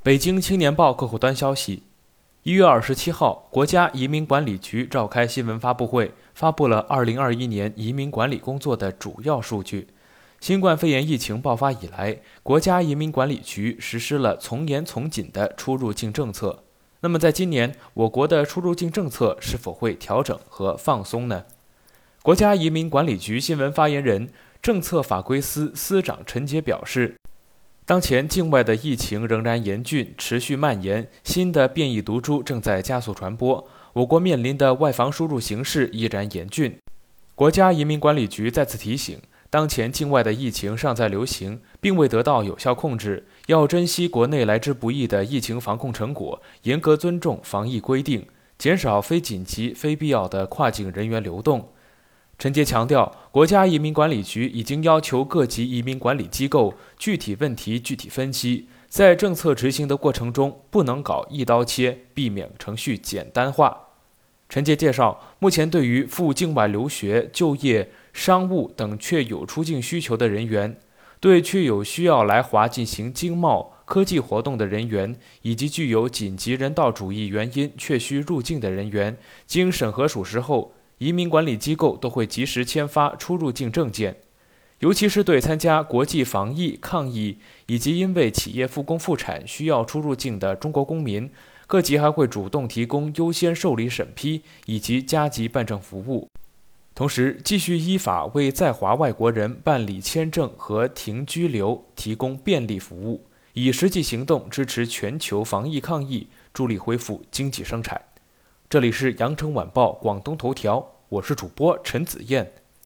北京青年报客户端消息，1月27号，国家移民管理局召开新闻发布会，发布了2021年移民管理工作的主要数据。新冠肺炎疫情爆发以来，国家移民管理局实施了从严从紧的出入境政策。那么在今年，我国的出入境政策是否会调整和放松呢？国家移民管理局新闻发言人、政策法规司司长陈杰表示，当前境外的疫情仍然严峻，持续蔓延，新的变异毒株正在加速传播，我国面临的外防输入形势依然严峻。国家移民管理局再次提醒，当前境外的疫情尚在流行，并未得到有效控制，要珍惜国内来之不易的疫情防控成果，严格尊重防疫规定，减少非紧急、非必要的跨境人员流动。陈杰强调，国家移民管理局已经要求各级移民管理机构具体问题具体分析，在政策执行的过程中不能搞一刀切，避免程序简单化。陈杰介绍，目前对于赴境外留学、就业、商务等确有出境需求的人员，对确有需要来华进行经贸、科技活动的人员，以及具有紧急人道主义原因确需入境的人员，经审核属实后，移民管理机构都会及时签发出入境证件。尤其是对参加国际防疫抗疫以及因为企业复工复产需要出入境的中国公民，各级还会主动提供优先受理审批以及加急办证服务，同时继续依法为在华外国人办理签证和停居留提供便利服务，以实际行动支持全球防疫抗疫，助力恢复经济生产。这里是羊城晚报广东头条，我是主播陈子燕。